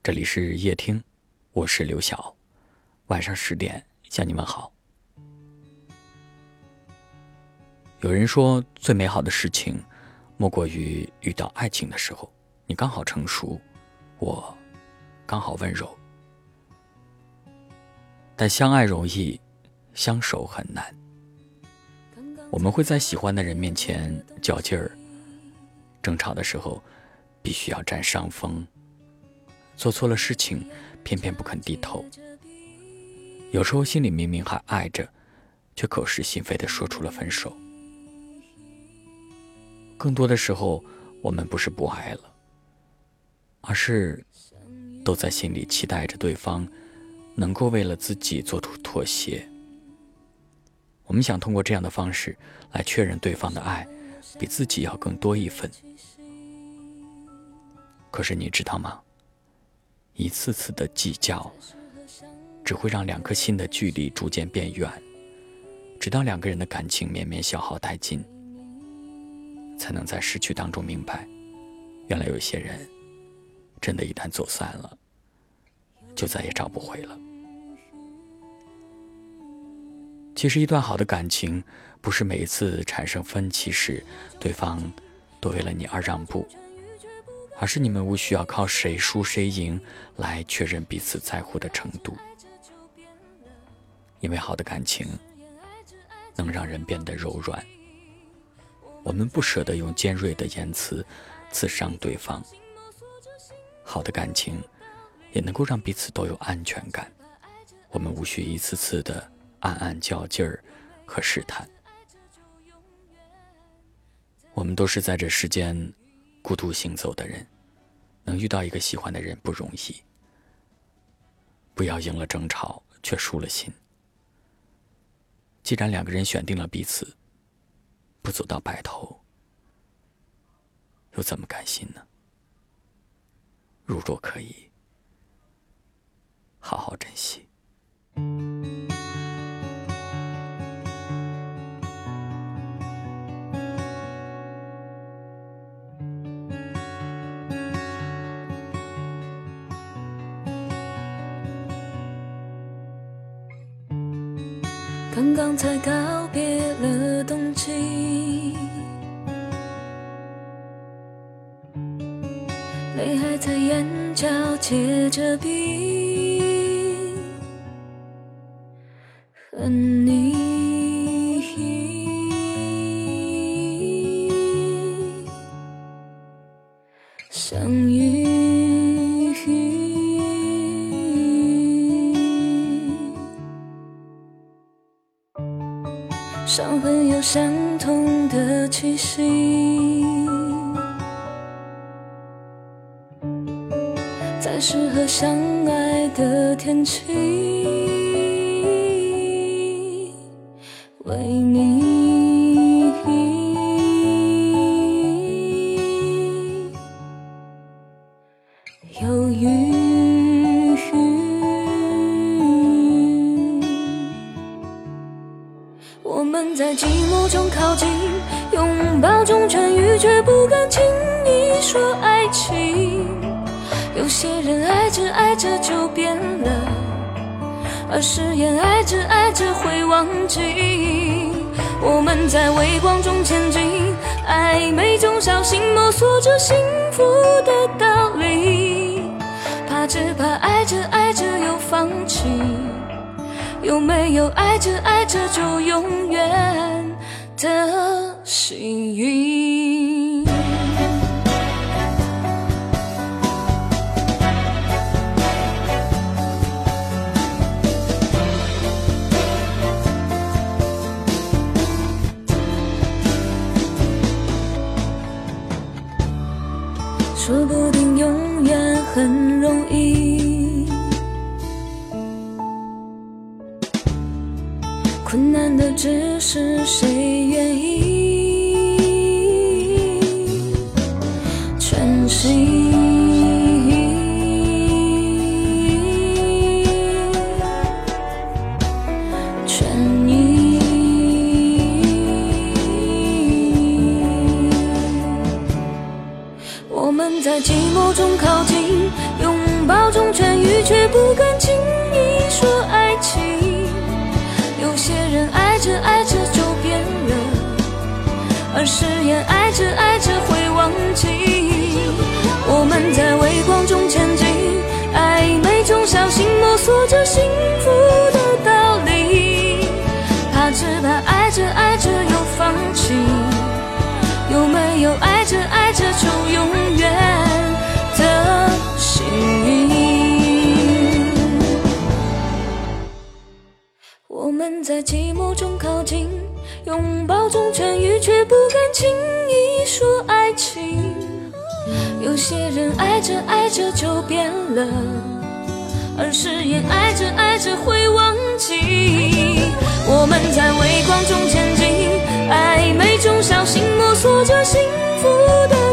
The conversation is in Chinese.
这里是夜听，我是刘晓，晚上10点向你们好。有人说，最美好的事情莫过于遇到爱情的时候，你刚好成熟，我刚好温柔。但相爱容易，相守很难。我们会在喜欢的人面前较劲儿，争吵的时候必须要占上风，做错了事情偏偏不肯低头。有时候心里明明还爱着，却口是心非地说出了分手。更多的时候，我们不是不爱了，而是都在心里期待着对方能够为了自己做出妥协。我们想通过这样的方式来确认对方的爱比自己要更多一份。可是你知道吗？一次次的计较只会让两颗心的距离逐渐变远，直到两个人的感情绵绵消耗殆尽，才能在失去当中明白，原来有些人真的一旦走散了，就再也找不回了。其实一段好的感情，不是每一次产生分歧时，对方都为了你而让步，而是你们无需要靠谁输谁赢来确认彼此在乎的程度。因为好的感情能让人变得柔软，我们不舍得用尖锐的言辞刺伤对方。好的感情也能够让彼此都有安全感，我们无需一次次的暗暗较劲儿和试探。我们都是在这世间孤独行走的人，能遇到一个喜欢的人不容易。不要赢了争吵却输了心。既然两个人选定了彼此，不走到白头，又怎么甘心呢？如若可以，好好珍惜。 刚刚才告别了冬季，泪还在眼角结着冰，和你相遇，伤痕有相同的气息，在适合相爱的天气，为你犹豫。我们在寂寞中靠近，拥抱中痊愈，却不敢轻易说爱情。有些人爱着爱着就变了，而誓言爱着爱着会忘记。我们在微光中前进，暧昧中小心摸索着幸福的道理，只怕爱着爱着又放弃，有没有爱着爱着就永远的幸运？说不定永远很容易，困难的只是谁愿意全心全意。我们在寂寞中靠近，拥抱中中痊愈，却不敢轻易说爱情。有些人爱着爱着就变了，而誓言爱着爱着会忘记。我们在微光中前进，暧昧中小心摸索着幸福的